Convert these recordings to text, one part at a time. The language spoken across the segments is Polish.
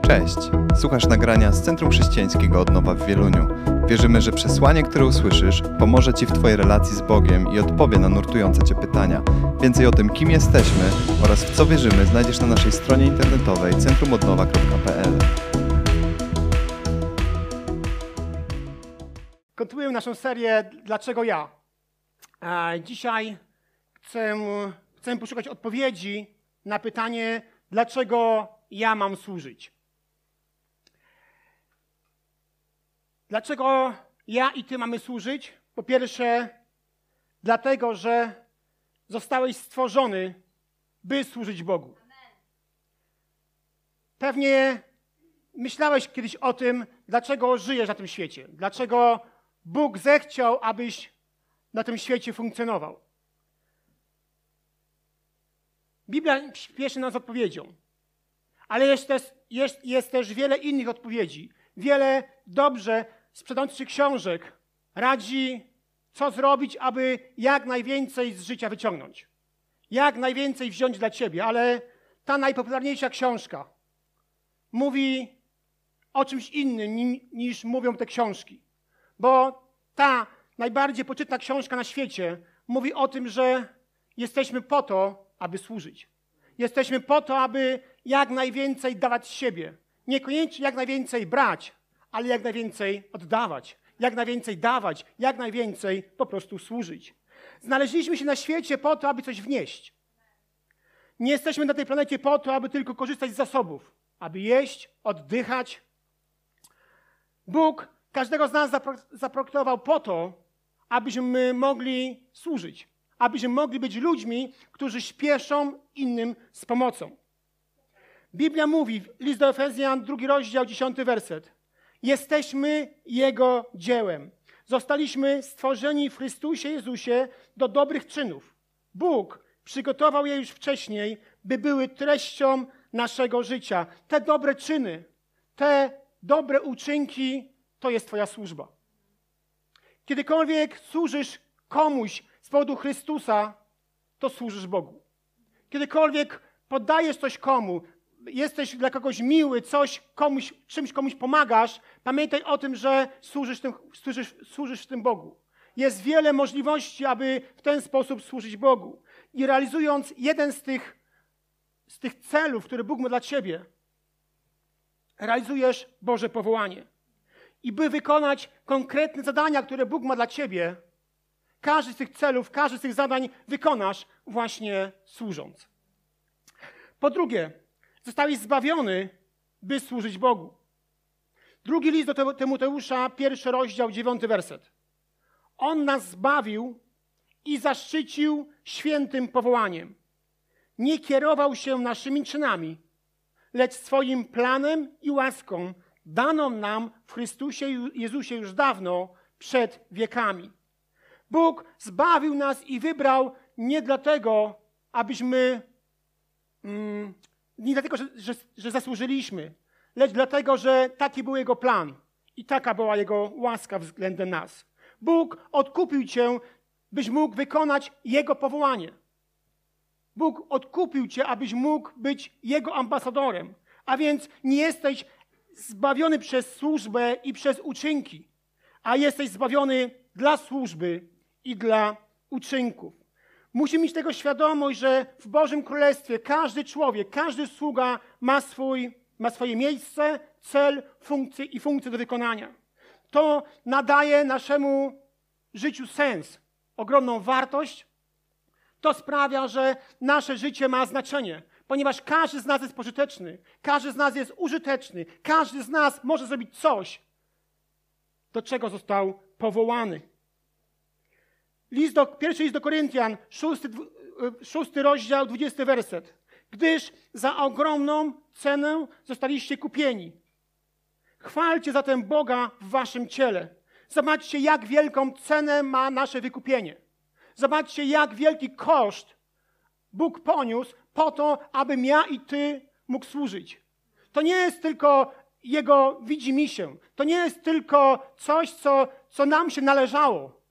Cześć! Słuchasz nagrania z Centrum Chrześcijańskiego Odnowa w Wieluniu. Wierzymy, że przesłanie, które usłyszysz, pomoże Ci w Twojej relacji z Bogiem i odpowie na nurtujące Cię pytania. Więcej o tym, kim jesteśmy oraz w co wierzymy, znajdziesz na naszej stronie internetowej centrumodnowa.pl. Kontynuujemy naszą serię Dlaczego ja? Dzisiaj chcę poszukać odpowiedzi na pytanie, dlaczego ja mam służyć. Dlaczego ja i Ty mamy służyć? Po pierwsze, dlatego, że zostałeś stworzony, by służyć Bogu. Pewnie myślałeś kiedyś o tym, dlaczego żyjesz na tym świecie. Dlaczego Bóg zechciał, abyś na tym świecie funkcjonował. Biblia śpieszy nas z odpowiedzią. Ale jest też wiele innych odpowiedzi. Wiele dobrze sprzedających książek radzi, co zrobić, aby jak najwięcej z życia wyciągnąć. Jak najwięcej wziąć dla Ciebie. Ale ta najpopularniejsza książka mówi o czymś innym niż mówią te książki. Bo ta najbardziej poczytna książka na świecie mówi o tym, że jesteśmy po to, aby służyć. Jesteśmy po to, aby jak najwięcej dawać siebie. Niekoniecznie jak najwięcej brać, ale jak najwięcej oddawać. Jak najwięcej dawać, jak najwięcej po prostu służyć. Znaleźliśmy się na świecie po to, aby coś wnieść. Nie jesteśmy na tej planecie po to, aby tylko korzystać z zasobów. Aby jeść, oddychać. Bóg każdego z nas zaprojektował po to, abyśmy mogli służyć. Abyśmy mogli być ludźmi, którzy śpieszą innym z pomocą. Biblia mówi, list do Efezjan, 2 rozdział, 10 werset. Jesteśmy Jego dziełem. Zostaliśmy stworzeni w Chrystusie Jezusie do dobrych czynów. Bóg przygotował je już wcześniej, by były treścią naszego życia. Te dobre czyny, te dobre uczynki to jest Twoja służba. Kiedykolwiek służysz komuś z powodu Chrystusa, to służysz Bogu. Kiedykolwiek poddajesz coś komu, jesteś dla kogoś miły, czymś komuś pomagasz, pamiętaj o tym, że służysz w tym Bogu. Jest wiele możliwości, aby w ten sposób służyć Bogu. I realizując jeden z tych celów, które Bóg ma dla Ciebie, realizujesz Boże powołanie. I by wykonać konkretne zadania, które Bóg ma dla Ciebie, każdy z tych celów, każdy z tych zadań wykonasz właśnie służąc. Po drugie, zostałeś zbawiony, by służyć Bogu. Drugi list do Tymoteusza, 1 rozdział, 9 werset. On nas zbawił i zaszczycił świętym powołaniem. Nie kierował się naszymi czynami, lecz swoim planem i łaską daną nam w Chrystusie Jezusie już dawno, przed wiekami. Bóg zbawił nas i wybrał nie dlatego, nie dlatego, że zasłużyliśmy, lecz dlatego, że taki był Jego plan i taka była Jego łaska względem nas. Bóg odkupił Cię, byś mógł wykonać Jego powołanie. Bóg odkupił Cię, abyś mógł być Jego ambasadorem. A więc nie jesteś zbawiony przez służbę i przez uczynki, a jesteś zbawiony dla służby i dla uczynków. Musimy mieć tego świadomość, że w Bożym Królestwie każdy człowiek, każdy sługa ma swoje miejsce, cel, funkcję do wykonania. To nadaje naszemu życiu sens, ogromną wartość. To sprawia, że nasze życie ma znaczenie, ponieważ każdy z nas jest pożyteczny, każdy z nas jest użyteczny, każdy z nas może zrobić coś, do czego został powołany. Pierwszy list do Koryntian, 6 rozdział, 20 werset. Gdyż za ogromną cenę zostaliście kupieni. Chwalcie zatem Boga w waszym ciele. Zobaczcie, jak wielką cenę ma nasze wykupienie. Zobaczcie, jak wielki koszt Bóg poniósł po to, abym ja i Ty mógł służyć. To nie jest tylko Jego widzimisię. To nie jest tylko coś, co nam się należało.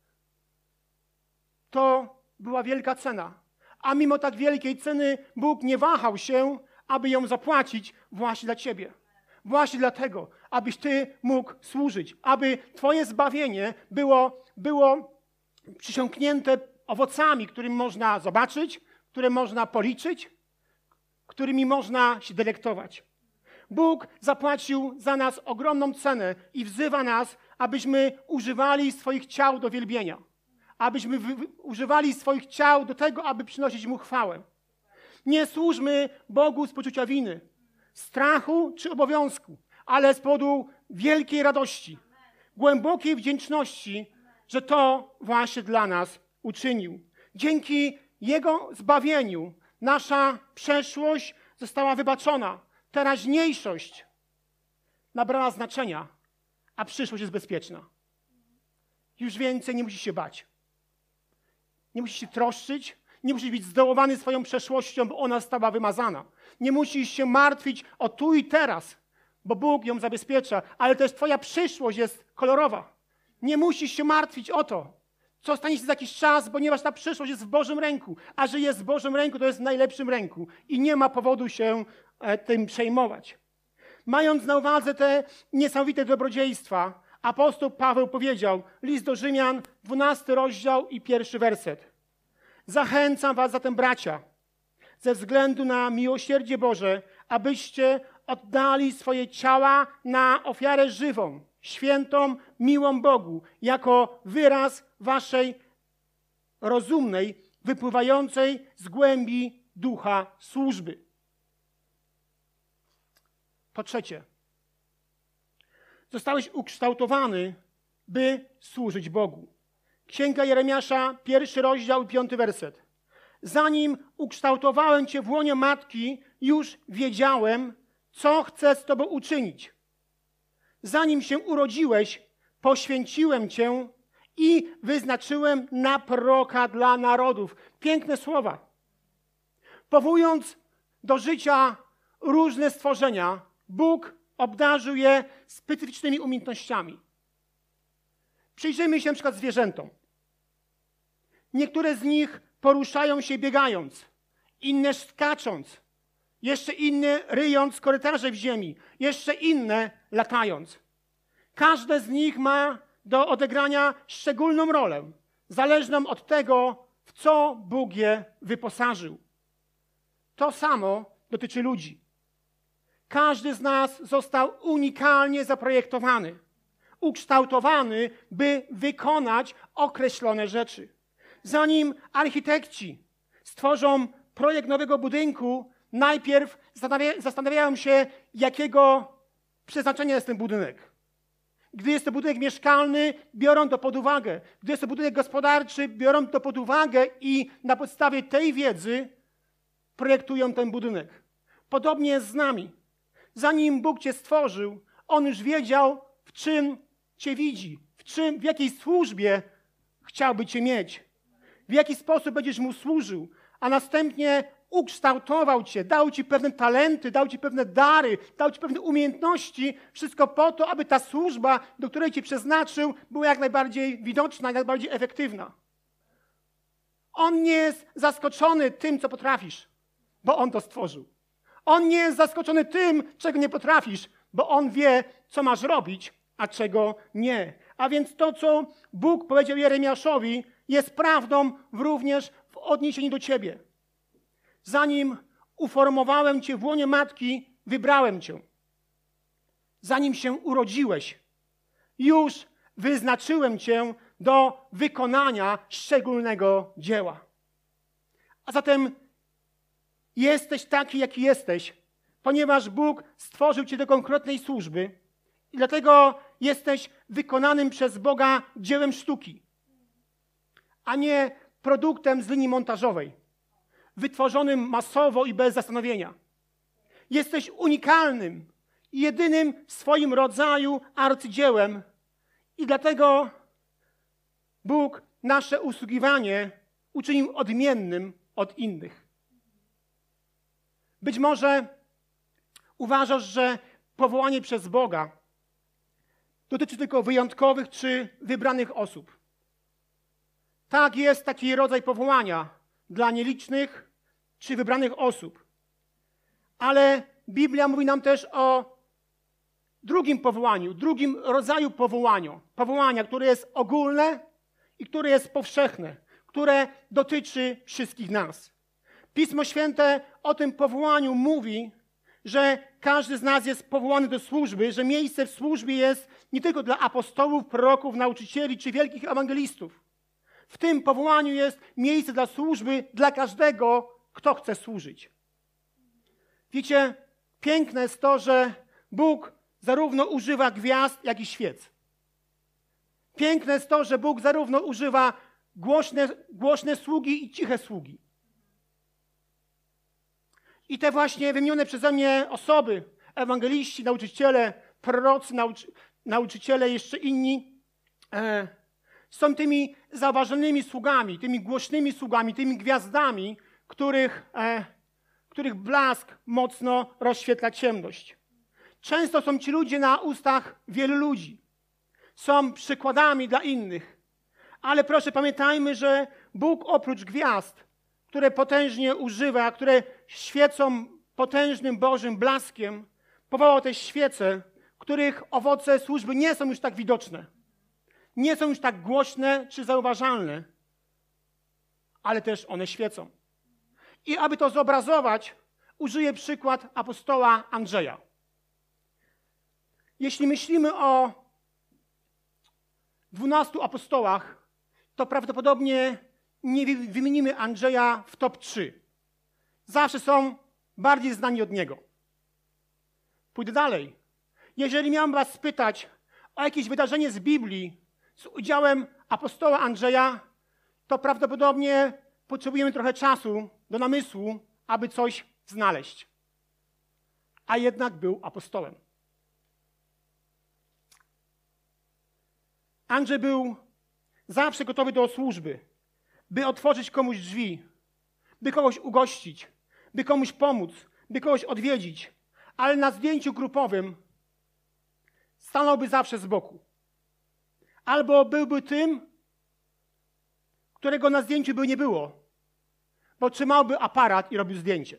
To była wielka cena. A mimo tak wielkiej ceny Bóg nie wahał się, aby ją zapłacić właśnie dla Ciebie. Właśnie dlatego, abyś Ty mógł służyć, aby Twoje zbawienie było przysiągnięte owocami, którym można zobaczyć, które można policzyć, którymi można się delektować. Bóg zapłacił za nas ogromną cenę i wzywa nas, abyśmy używali swoich ciał do wielbienia. Abyśmy używali swoich ciał do tego, aby przynosić Mu chwałę. Nie służmy Bogu z poczucia winy, strachu czy obowiązku, ale z powodu wielkiej radości, głębokiej wdzięczności, że to właśnie dla nas uczynił. Dzięki Jego zbawieniu nasza przeszłość została wybaczona, teraźniejszość nabrała znaczenia, a przyszłość jest bezpieczna. Już więcej nie musisz się bać. Nie musisz się troszczyć, nie musisz być zdołowany swoją przeszłością, bo ona została wymazana. Nie musisz się martwić o tu i teraz, bo Bóg ją zabezpiecza, ale też Twoja przyszłość jest kolorowa. Nie musisz się martwić o to, co stanie się za jakiś czas, ponieważ ta przyszłość jest w Bożym ręku, a że jest w Bożym ręku, to jest w najlepszym ręku i nie ma powodu się tym przejmować. Mając na uwadze te niesamowite dobrodziejstwa, apostoł Paweł powiedział, list do Rzymian, 12 rozdział i 1 werset. Zachęcam was zatem, bracia, ze względu na miłosierdzie Boże, abyście oddali swoje ciała na ofiarę żywą, świętą, miłą Bogu, jako wyraz waszej rozumnej, wypływającej z głębi ducha służby. Po trzecie, zostałeś ukształtowany, by służyć Bogu. Księga Jeremiasza, 1 rozdział i 5 werset. Zanim ukształtowałem cię w łonie matki, już wiedziałem, co chcę z tobą uczynić. Zanim się urodziłeś, poświęciłem cię i wyznaczyłem na proroka dla narodów. Piękne słowa. Powołując do życia różne stworzenia, Bóg obdarzył je specyficznymi umiejętnościami. Przyjrzyjmy się na przykład zwierzętom. Niektóre z nich poruszają się biegając, inne skacząc, jeszcze inne ryjąc korytarze w ziemi, jeszcze inne latając. Każde z nich ma do odegrania szczególną rolę, zależną od tego, w co Bóg je wyposażył. To samo dotyczy ludzi. Każdy z nas został unikalnie zaprojektowany, ukształtowany, by wykonać określone rzeczy. Zanim architekci stworzą projekt nowego budynku, najpierw zastanawiają się, jakiego przeznaczenia jest ten budynek. Gdy jest to budynek mieszkalny, biorą to pod uwagę. Gdy jest to budynek gospodarczy, biorą to pod uwagę i na podstawie tej wiedzy projektują ten budynek. Podobnie jest z nami. Zanim Bóg cię stworzył, On już wiedział, w czym cię widzi, w jakiej służbie chciałby cię mieć, w jaki sposób będziesz Mu służył, a następnie ukształtował cię, dał ci pewne talenty, dał ci pewne dary, dał ci pewne umiejętności, wszystko po to, aby ta służba, do której cię przeznaczył, była jak najbardziej widoczna, jak najbardziej efektywna. On nie jest zaskoczony tym, co potrafisz, bo On to stworzył. On nie jest zaskoczony tym, czego nie potrafisz, bo On wie, co masz robić, a czego nie. A więc to, co Bóg powiedział Jeremiaszowi, jest prawdą również w odniesieniu do ciebie. Zanim uformowałem cię w łonie matki, wybrałem cię. Zanim się urodziłeś, już wyznaczyłem cię do wykonania szczególnego dzieła. A zatem jesteś taki, jaki jesteś, ponieważ Bóg stworzył cię do konkretnej służby i dlatego jesteś wykonanym przez Boga dziełem sztuki, a nie produktem z linii montażowej, wytworzonym masowo i bez zastanowienia. Jesteś unikalnym i jedynym w swoim rodzaju arcydziełem i dlatego Bóg nasze usługiwanie uczynił odmiennym od innych. Być może uważasz, że powołanie przez Boga dotyczy tylko wyjątkowych czy wybranych osób. Tak, jest taki rodzaj powołania dla nielicznych czy wybranych osób. Ale Biblia mówi nam też o drugim powołaniu, drugim rodzaju powołania, które jest ogólne i które jest powszechne, które dotyczy wszystkich nas. Pismo Święte o tym powołaniu mówi, że każdy z nas jest powołany do służby, że miejsce w służbie jest nie tylko dla apostołów, proroków, nauczycieli czy wielkich ewangelistów. W tym powołaniu jest miejsce dla służby dla każdego, kto chce służyć. Wiecie, piękne jest to, że Bóg zarówno używa gwiazd, jak i świec. Piękne jest to, że Bóg zarówno używa głośne sługi i ciche sługi. I te właśnie wymienione przeze mnie osoby, ewangeliści, nauczyciele, prorocy, nauczyciele, jeszcze inni, są tymi zauważonymi sługami, tymi głośnymi sługami, tymi gwiazdami, których blask mocno rozświetla ciemność. Często są ci ludzie na ustach wielu ludzi. Są przykładami dla innych. Ale proszę pamiętajmy, że Bóg oprócz gwiazd, które potężnie używa, które świecą potężnym Bożym blaskiem, powołał też świece, których owoce służby nie są już tak widoczne. Nie są już tak głośne czy zauważalne, ale też one świecą. I aby to zobrazować, użyję przykład apostoła Andrzeja. Jeśli myślimy o 12 apostołach, to prawdopodobnie nie wymienimy Andrzeja w top 3. Zawsze są bardziej znani od niego. Pójdę dalej. Jeżeli miałem was spytać o jakieś wydarzenie z Biblii z udziałem apostoła Andrzeja, to prawdopodobnie potrzebujemy trochę czasu do namysłu, aby coś znaleźć. A jednak był apostołem. Andrzej był zawsze gotowy do służby, by otworzyć komuś drzwi, by kogoś ugościć, by komuś pomóc, by kogoś odwiedzić, ale na zdjęciu grupowym stanąłby zawsze z boku. Albo byłby tym, którego na zdjęciu by nie było, bo trzymałby aparat i robił zdjęcie.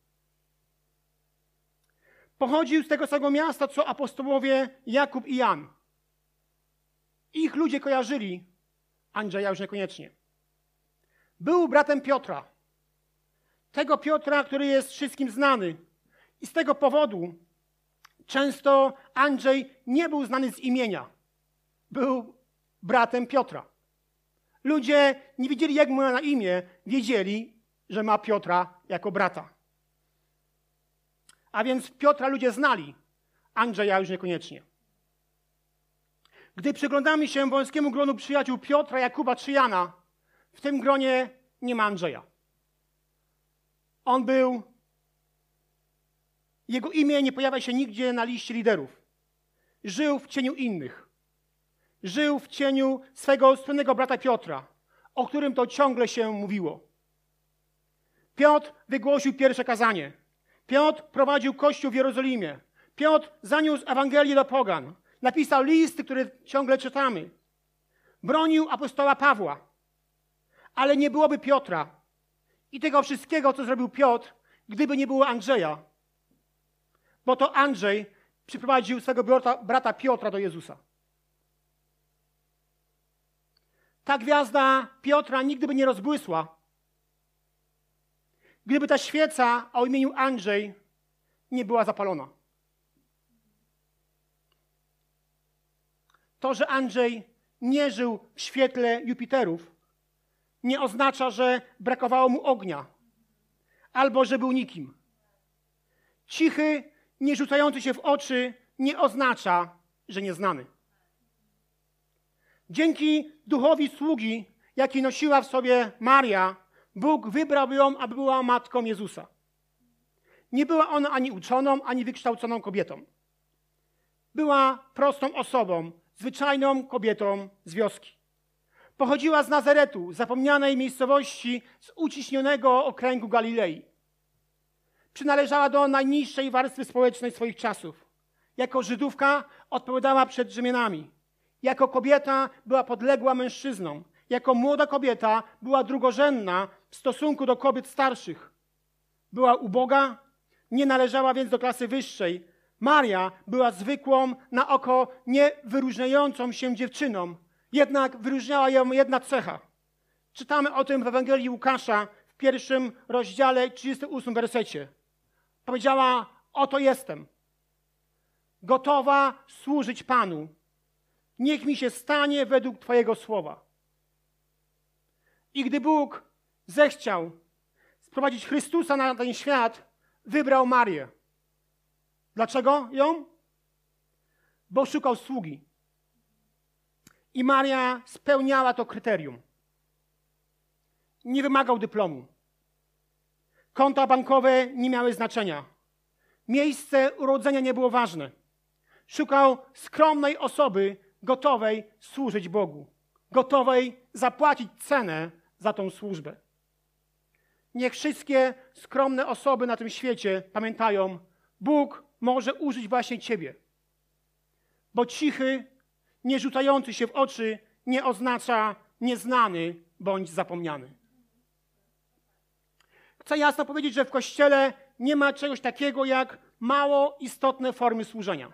Pochodził z tego samego miasta, co apostołowie Jakub i Jan. Ich ludzie kojarzyli, Andrzeja już niekoniecznie. Był bratem Piotra. Tego Piotra, który jest wszystkim znany. I z tego powodu często Andrzej nie był znany z imienia. Był bratem Piotra. Ludzie nie wiedzieli, jak mu na imię, wiedzieli, że ma Piotra jako brata. A więc Piotra ludzie znali, Andrzeja już niekoniecznie. Gdy przyglądamy się wąskiemu gronu przyjaciół Piotra, Jakuba czy Jana, w tym gronie nie ma Andrzeja. Jego imię nie pojawia się nigdzie na liście liderów. Żył w cieniu innych. Żył w cieniu swego słynnego brata Piotra, o którym to ciągle się mówiło. Piotr wygłosił pierwsze kazanie. Piotr prowadził kościół w Jerozolimie. Piotr zaniósł Ewangelię do pogan. Napisał listy, które ciągle czytamy. Bronił apostoła Pawła. Ale nie byłoby Piotra i tego wszystkiego, co zrobił Piotr, gdyby nie było Andrzeja. Bo to Andrzej przyprowadził swego brata Piotra do Jezusa. Ta gwiazda Piotra nigdy by nie rozbłysła, gdyby ta świeca o imieniu Andrzej nie była zapalona. To, że Andrzej nie żył w świetle Jupiterów, nie oznacza, że brakowało mu ognia albo że był nikim. Cichy, nie rzucający się w oczy nie oznacza, że nieznany. Dzięki duchowi sługi, jaki nosiła w sobie Maria, Bóg wybrał ją, aby była matką Jezusa. Nie była ona ani uczoną, ani wykształconą kobietą. Była prostą osobą, zwyczajną kobietą z wioski. Pochodziła z Nazaretu, zapomnianej miejscowości z uciśnionego okręgu Galilei. Przynależała do najniższej warstwy społecznej swoich czasów. Jako Żydówka odpowiadała przed Rzymianami. Jako kobieta była podległa mężczyznom. Jako młoda kobieta była drugorzędna w stosunku do kobiet starszych. Była uboga, nie należała więc do klasy wyższej, Maria była zwykłą, na oko niewyróżniającą się dziewczyną, jednak wyróżniała ją jedna cecha. Czytamy o tym w Ewangelii Łukasza w 1 rozdziale, 38 wersecie. Powiedziała, oto jestem, gotowa służyć Panu. Niech mi się stanie według Twojego słowa. I gdy Bóg zechciał sprowadzić Chrystusa na ten świat, wybrał Marię. Dlaczego ją? Bo szukał sługi. I Maria spełniała to kryterium. Nie wymagał dyplomu. Konta bankowe nie miały znaczenia. Miejsce urodzenia nie było ważne. Szukał skromnej osoby, gotowej służyć Bogu. Gotowej zapłacić cenę za tą służbę. Niech wszystkie skromne osoby na tym świecie pamiętają, Bóg może użyć właśnie ciebie. Bo cichy, nie rzucający się w oczy nie oznacza nieznany bądź zapomniany. Chcę jasno powiedzieć, że w Kościele nie ma czegoś takiego jak mało istotne formy służenia.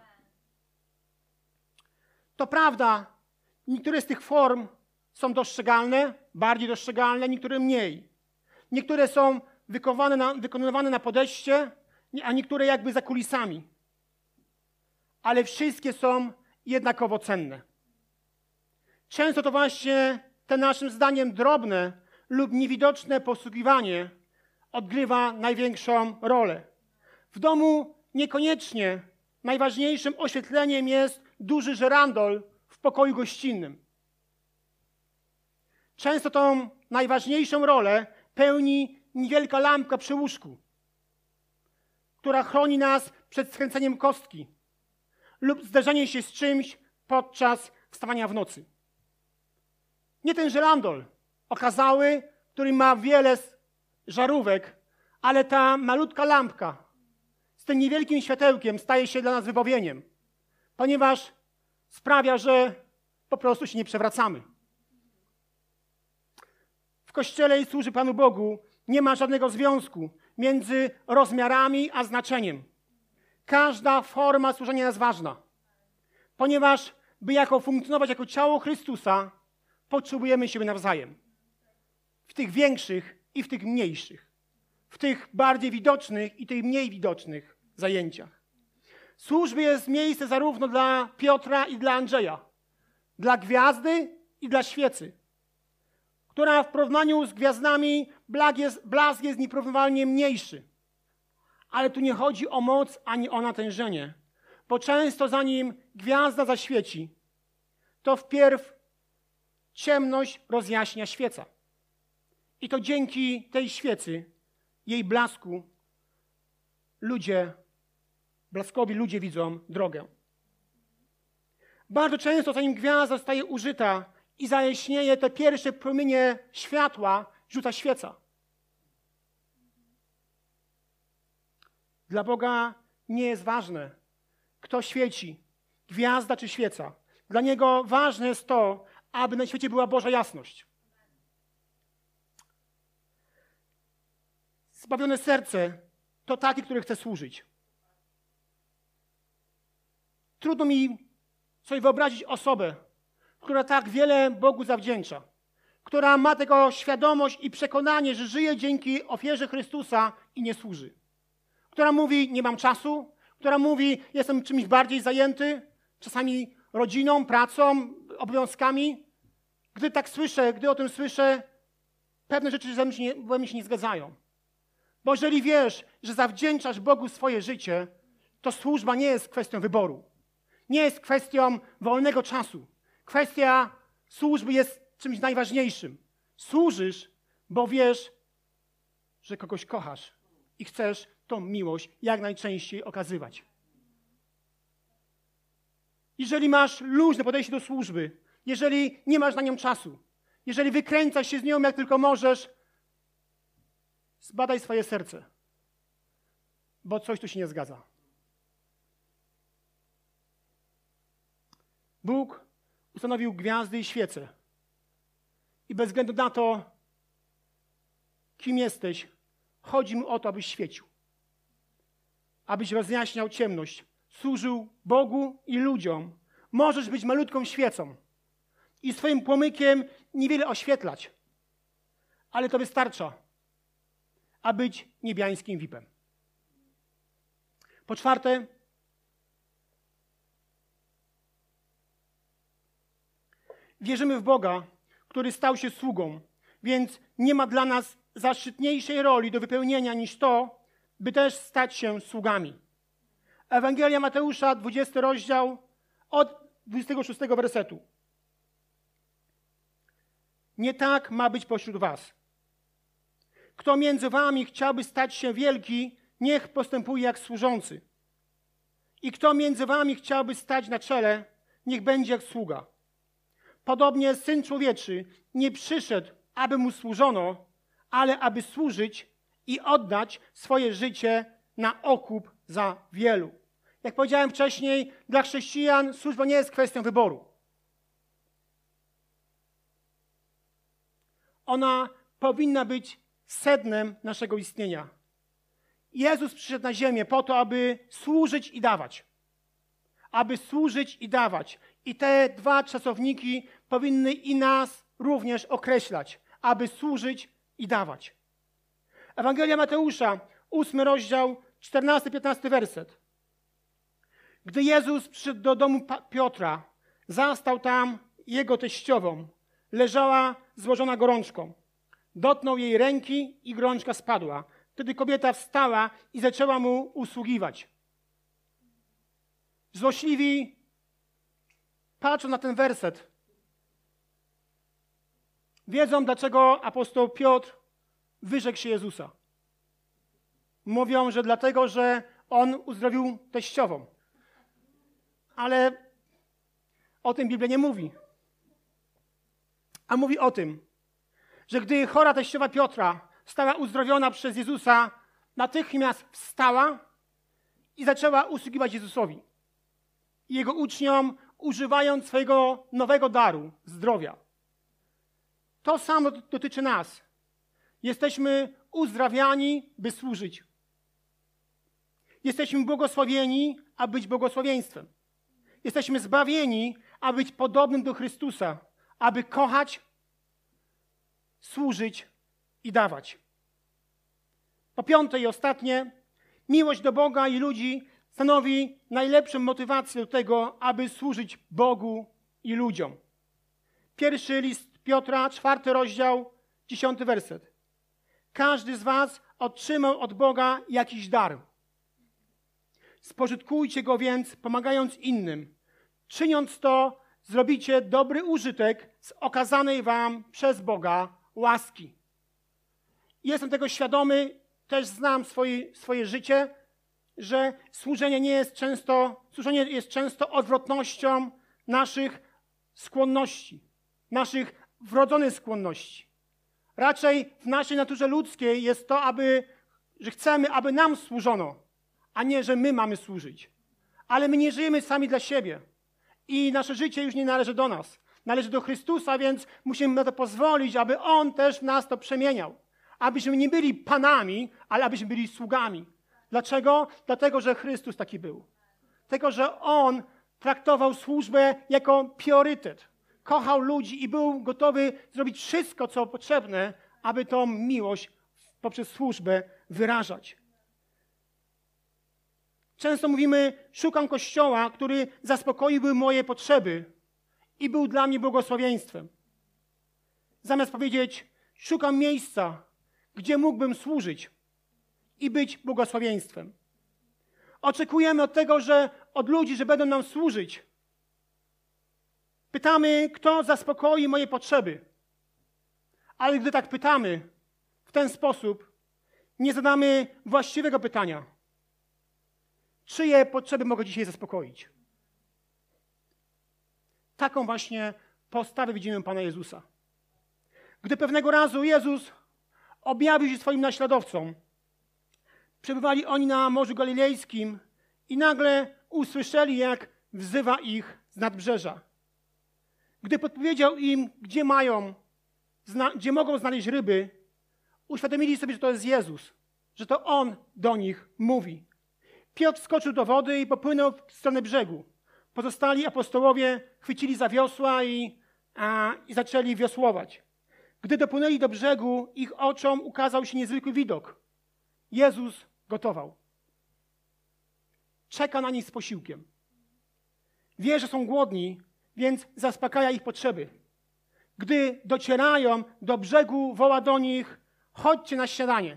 To prawda, niektóre z tych form są dostrzegalne, bardziej dostrzegalne, niektóre mniej. Niektóre są wykonywane na podejście, a niektóre jakby za kulisami. Ale wszystkie są jednakowo cenne. Często to właśnie te naszym zdaniem drobne lub niewidoczne posługiwanie odgrywa największą rolę. W domu niekoniecznie najważniejszym oświetleniem jest duży żerandol w pokoju gościnnym. Często tą najważniejszą rolę pełni niewielka lampka przy łóżku, która chroni nas przed skręceniem kostki lub zderzeniem się z czymś podczas wstawania w nocy. Nie ten żerandol okazały, który ma wiele żarówek, ale ta malutka lampka z tym niewielkim światełkiem staje się dla nas wybawieniem, ponieważ sprawia, że po prostu się nie przewracamy. W Kościele i służy Panu Bogu nie ma żadnego związku między rozmiarami a znaczeniem. Każda forma służenia jest ważna, ponieważ by funkcjonować jako ciało Chrystusa, potrzebujemy siebie nawzajem. W tych większych i w tych mniejszych. W tych bardziej widocznych i tych mniej widocznych zajęciach. Służby jest miejsce zarówno dla Piotra i dla Andrzeja, dla gwiazdy i dla świecy, która w porównaniu z gwiazdami blask jest nieporównywalnie mniejszy. Ale tu nie chodzi o moc ani o natężenie, bo często zanim gwiazda zaświeci, to wpierw ciemność rozjaśnia świeca. I to dzięki tej świecy, jej blasku, blaskowi ludzie widzą drogę. Bardzo często zanim gwiazda zostaje użyta i zajaśnieje te pierwsze promienie światła, rzuca świeca. Dla Boga nie jest ważne, kto świeci, gwiazda czy świeca. Dla Niego ważne jest to, aby na świecie była Boża jasność. Zbawione serce to takie, które chce służyć. Trudno mi sobie wyobrazić osobę, która tak wiele Bogu zawdzięcza, która ma tego świadomość i przekonanie, że żyje dzięki ofierze Chrystusa i nie służy. Która mówi, nie mam czasu, która mówi, jestem czymś bardziej zajęty, czasami rodziną, pracą, obowiązkami. Gdy o tym słyszę, pewne rzeczy we mnie się nie zgadzają. Bo jeżeli wiesz, że zawdzięczasz Bogu swoje życie, to służba nie jest kwestią wyboru. Nie jest kwestią wolnego czasu. Kwestia służby jest czymś najważniejszym. Służysz, bo wiesz, że kogoś kochasz i chcesz tą miłość jak najczęściej okazywać. Jeżeli masz luźne podejście do służby, jeżeli nie masz na nią czasu, jeżeli wykręcasz się z nią jak tylko możesz, zbadaj swoje serce, bo coś tu się nie zgadza. Bóg ustanowił gwiazdy i świece. I bez względu na to, kim jesteś, chodzi mu o to, abyś świecił. Abyś rozjaśniał ciemność, służył Bogu i ludziom, możesz być malutką świecą i swoim płomykiem niewiele oświetlać, ale to wystarcza, aby być niebiańskim VIP-em. Po czwarte, wierzymy w Boga, który stał się sługą, więc nie ma dla nas zaszczytniejszej roli do wypełnienia niż to, by też stać się sługami. Ewangelia Mateusza, 20 rozdział, od 26 wersetu. Nie tak ma być pośród was. Kto między wami chciałby stać się wielki, niech postępuje jak służący. I kto między wami chciałby stać na czele, niech będzie jak sługa. Podobnie Syn Człowieczy nie przyszedł, aby mu służono, ale aby służyć i oddać swoje życie na okup za wielu. Jak powiedziałem wcześniej, dla chrześcijan służba nie jest kwestią wyboru. Ona powinna być sednem naszego istnienia. Jezus przyszedł na ziemię po to, aby służyć i dawać. Aby służyć i dawać. I te dwa czasowniki powinny i nas również określać. Aby służyć i dawać. Ewangelia Mateusza, 8 rozdział, 14-15 werset. Gdy Jezus przyszedł do domu Piotra, zastał tam jego teściową. Leżała złożona gorączką. Dotknął jej ręki i gorączka spadła. Wtedy kobieta wstała i zaczęła mu usługiwać. Złośliwi patrzą na ten werset. Wiedzą, dlaczego apostoł Piotr wyrzekł się Jezusa. Mówią, że dlatego, że on uzdrowił teściową. Ale o tym Biblia nie mówi. A mówi o tym, że gdy chora teściowa Piotra została uzdrowiona przez Jezusa, natychmiast wstała i zaczęła usługiwać Jezusowi i Jego uczniom, używając swojego nowego daru, zdrowia. To samo dotyczy nas. Jesteśmy uzdrawiani, by służyć. Jesteśmy błogosławieni, aby być błogosławieństwem. Jesteśmy zbawieni, aby być podobnym do Chrystusa, aby kochać, służyć i dawać. Po piąte i ostatnie, miłość do Boga i ludzi stanowi najlepszą motywację do tego, aby służyć Bogu i ludziom. Pierwszy list Piotra, 4 rozdział, 10 werset. Każdy z was otrzymał od Boga jakiś dar. Spożytkujcie go więc, pomagając innym. Czyniąc to, zrobicie dobry użytek z okazanej wam przez Boga łaski. Jestem tego świadomy, też znam swoje życie, że służenie jest często odwrotnością naszych skłonności, naszych wrodzonych skłonności. Raczej w naszej naturze ludzkiej jest to, że chcemy, aby nam służono, a nie, że my mamy służyć. Ale my nie żyjemy sami dla siebie i nasze życie już nie należy do nas. Należy do Chrystusa, więc musimy na to pozwolić, aby On też w nas to przemieniał. Abyśmy nie byli panami, ale abyśmy byli sługami. Dlaczego? Dlatego, że Chrystus taki był. Dlatego, że On traktował służbę jako priorytet. Kochał ludzi i był gotowy zrobić wszystko, co potrzebne, aby tą miłość poprzez służbę wyrażać. Często mówimy, szukam Kościoła, który zaspokoiłby moje potrzeby i był dla mnie błogosławieństwem. Zamiast powiedzieć, szukam miejsca, gdzie mógłbym służyć i być błogosławieństwem. Oczekujemy od ludzi, że będą nam służyć. Pytamy, kto zaspokoi moje potrzeby. Ale gdy tak pytamy w ten sposób, nie zadamy właściwego pytania. Czyje potrzeby mogę dzisiaj zaspokoić? Taką właśnie postawę widzimy u Pana Jezusa. Gdy pewnego razu Jezus objawił się swoim naśladowcom, przebywali oni na Morzu Galilejskim i nagle usłyszeli, jak wzywa ich z nadbrzeża. Gdy podpowiedział im, gdzie mogą znaleźć ryby, uświadomili sobie, że to jest Jezus, że to On do nich mówi. Piotr skoczył do wody i popłynął w stronę brzegu. Pozostali apostołowie chwycili za wiosła i zaczęli wiosłować. Gdy dopłynęli do brzegu, ich oczom ukazał się niezwykły widok. Jezus gotował. Czeka na nich z posiłkiem. Wie, że są głodni, więc zaspokaja ich potrzeby. Gdy docierają do brzegu, woła do nich: chodźcie na śniadanie.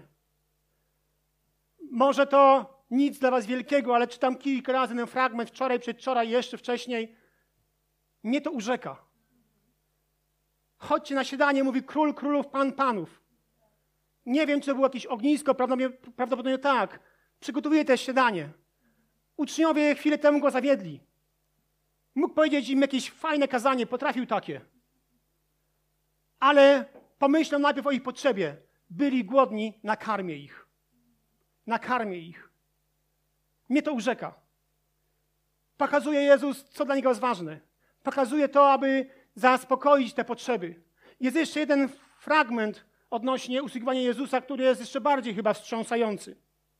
Może to nic dla was wielkiego, ale czytam kilka razy ten fragment, wczoraj, przedwczoraj, jeszcze wcześniej. Mnie to urzeka. Chodźcie na śniadanie, mówi Król królów, Pan panów. Nie wiem, czy to było jakieś ognisko, prawdopodobnie tak. Przygotowuje te śniadanie. Uczniowie chwilę temu go zawiedli. Mógł powiedzieć im jakieś fajne kazanie, potrafił takie. Ale pomyślał najpierw o ich potrzebie. Byli głodni, nakarmię ich. Nakarmię ich. Mnie to urzeka. Pokazuje Jezus, co dla Niego jest ważne. Pokazuje to, aby zaspokoić te potrzeby. Jest jeszcze jeden fragment odnośnie usługiwania Jezusa, który jest jeszcze bardziej chyba wstrząsający.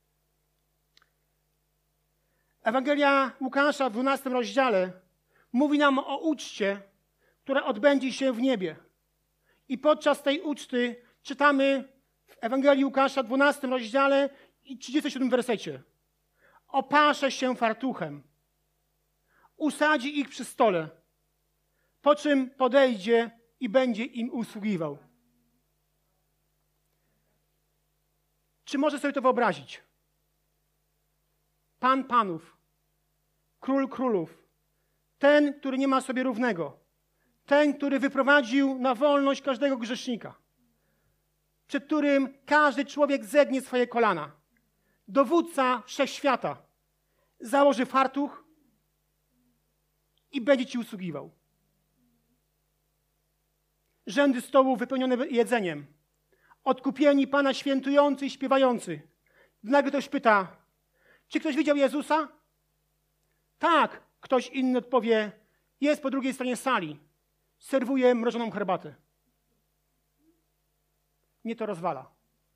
Ewangelia Łukasza w 12 rozdziale mówi nam o uczcie, która odbędzie się w niebie. I podczas tej uczty czytamy w Ewangelii Łukasza w 12 rozdziale i 37 wersecie. Opasze się fartuchem, usadzi ich przy stole, po czym podejdzie i będzie im usługiwał. Czy może sobie to wyobrazić? Pan panów, Król królów, ten, który nie ma sobie równego, ten, który wyprowadził na wolność każdego grzesznika, przed którym każdy człowiek zegnie swoje kolana, dowódca wszechświata, założy fartuch i będzie ci usługiwał. Rzędy stołów wypełnione jedzeniem, odkupieni Pana świętujący i śpiewający. Nagle ktoś pyta, czy ktoś widział Jezusa? Tak, ktoś inny odpowie, jest po drugiej stronie sali, serwuje mrożoną herbatę. Mnie to rozwala.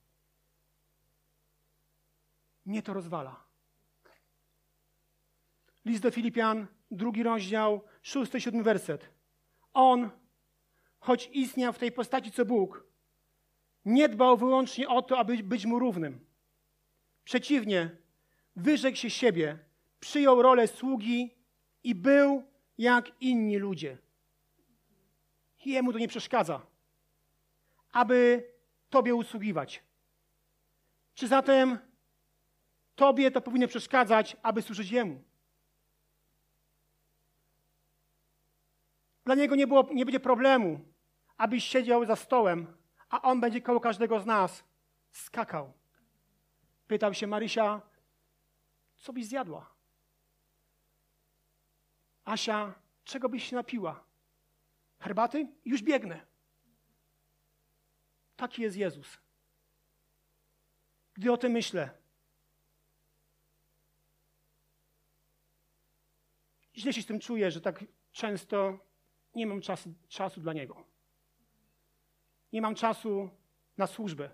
Mnie to rozwala. List do Filipian, 2 rozdział, 6-7 werset. On, choć istniał w tej postaci co Bóg, nie dbał wyłącznie o to, aby być mu równym. Przeciwnie, wyrzekł się siebie, przyjął rolę sługi i był jak inni ludzie. Jemu to nie przeszkadza, aby Tobie usługiwać. Czy zatem Tobie to powinno przeszkadzać, aby służyć Jemu? Dla Niego nie będzie problemu, abyś siedział za stołem, a On będzie koło każdego z nas skakał. Pytał się Marysia, co byś zjadła? Asia, czego byś się napiła? Herbaty? Już biegnę. Taki jest Jezus. Gdy o tym myślę, źle się z tym czuję, że tak często nie mam czasu dla Niego. Nie mam czasu na służbę,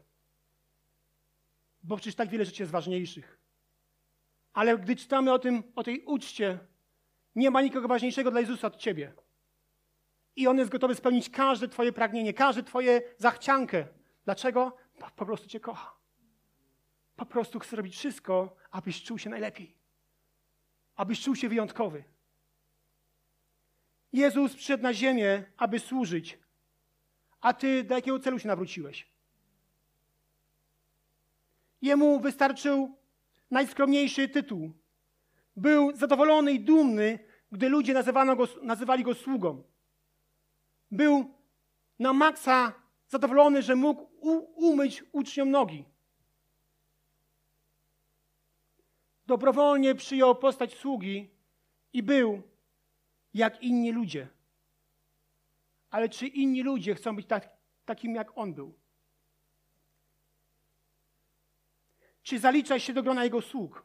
bo przecież tak wiele rzeczy jest ważniejszych. Ale gdy czytamy o tej uczcie, nie ma nikogo ważniejszego dla Jezusa od Ciebie. I On jest gotowy spełnić każde Twoje pragnienie, każde Twoje zachciankę. Dlaczego? Bo po prostu Cię kocha. Po prostu chce robić wszystko, abyś czuł się najlepiej. Abyś czuł się wyjątkowy. Jezus przyszedł na ziemię, aby służyć. A Ty do jakiego celu się nawróciłeś? Jemu wystarczył najskromniejszy tytuł. Był zadowolony i dumny, gdy ludzie nazywali go sługą. Był na maksa zadowolony, że mógł umyć uczniom nogi. Dobrowolnie przyjął postać sługi i był jak inni ludzie. Ale czy inni ludzie chcą być takim, jak On był? Czy zaliczasz się do grona Jego sług?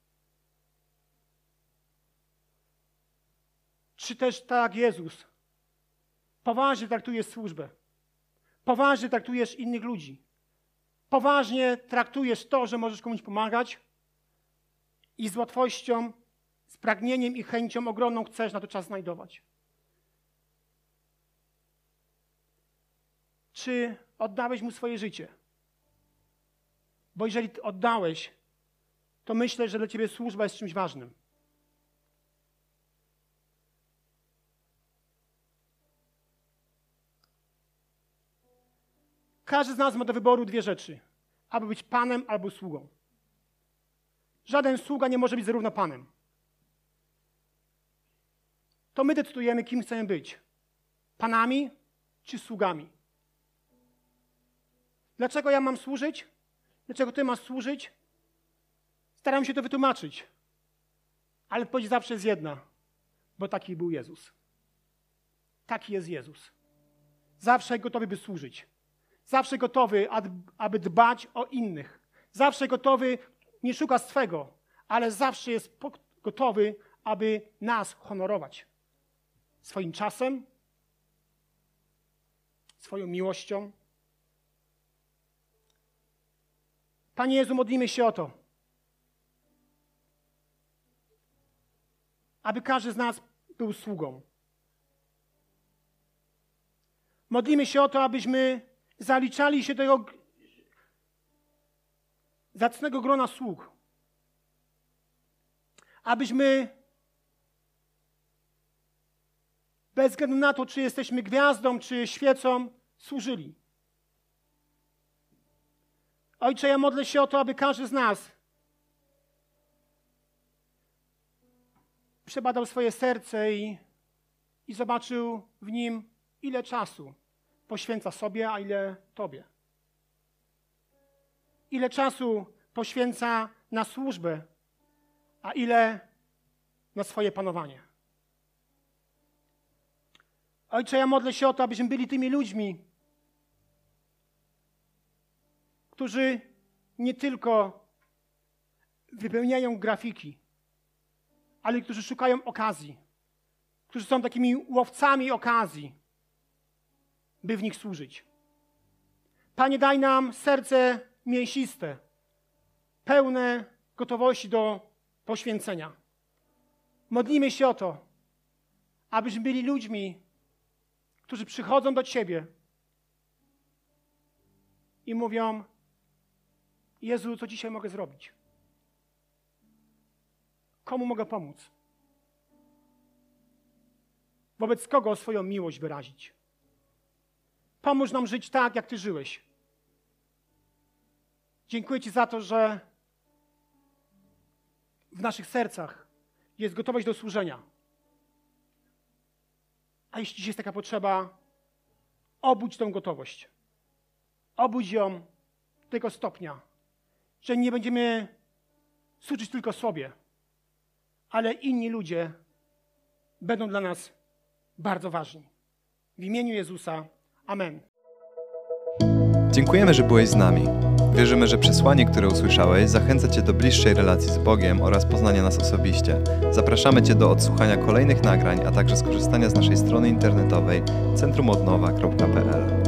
Czy też tak jak Jezus poważnie traktujesz służbę? Poważnie traktujesz innych ludzi? Poważnie traktujesz to, że możesz komuś pomagać? i z łatwością, z pragnieniem i chęcią ogromną chcesz na to czas znajdować. Czy oddałeś Mu swoje życie? Bo jeżeli oddałeś, to myślę, że dla Ciebie służba jest czymś ważnym. Każdy z nas ma do wyboru dwie rzeczy. Aby być Panem albo sługą. Żaden sługa nie może być zarówno Panem. To my decydujemy, kim chcemy być. Panami czy sługami. Dlaczego ja mam służyć? Dlaczego Ty masz służyć? Staram się to wytłumaczyć. Ale odpowiedź zawsze jest jedna. Bo taki był Jezus. Taki jest Jezus. Zawsze gotowy, by służyć. Zawsze gotowy, aby dbać o innych. Zawsze gotowy, nie szuka swego, ale zawsze jest gotowy, aby nas honorować. Swoim czasem, swoją miłością. Panie Jezu, modlimy się o to, aby każdy z nas był sługą. Modlimy się o to, abyśmy zaliczali się do tego zacnego grona sług. Abyśmy bez względu na to, czy jesteśmy gwiazdą, czy świecą, służyli. Ojcze, ja modlę się o to, aby każdy z nas przebadał swoje serce i zobaczył w nim, ile czasu poświęca sobie, a ile Tobie. Ile czasu poświęca na służbę, a ile na swoje panowanie. Ojcze, ja modlę się o to, abyśmy byli tymi ludźmi, którzy nie tylko wypełniają grafiki, ale którzy szukają okazji, którzy są takimi łowcami okazji, by w nich służyć. Panie, daj nam serce mięsiste, pełne gotowości do poświęcenia. Modlimy się o to, abyśmy byli ludźmi, którzy przychodzą do Ciebie i mówią: Jezu, co dzisiaj mogę zrobić? Komu mogę pomóc? Wobec kogo swoją miłość wyrazić? Pomóż nam żyć tak, jak Ty żyłeś. Dziękuję Ci za to, że w naszych sercach jest gotowość do służenia. A jeśli dziś jest taka potrzeba, obudź tę gotowość. Obudź ją do tego stopnia, że nie będziemy służyć tylko sobie, ale inni ludzie będą dla nas bardzo ważni. W imieniu Jezusa. Amen. Dziękujemy, że byłeś z nami. Wierzymy, że przesłanie, które usłyszałeś, zachęca Cię do bliższej relacji z Bogiem oraz poznania nas osobiście. Zapraszamy Cię do odsłuchania kolejnych nagrań, a także skorzystania z naszej strony internetowej centrumodnowa.pl.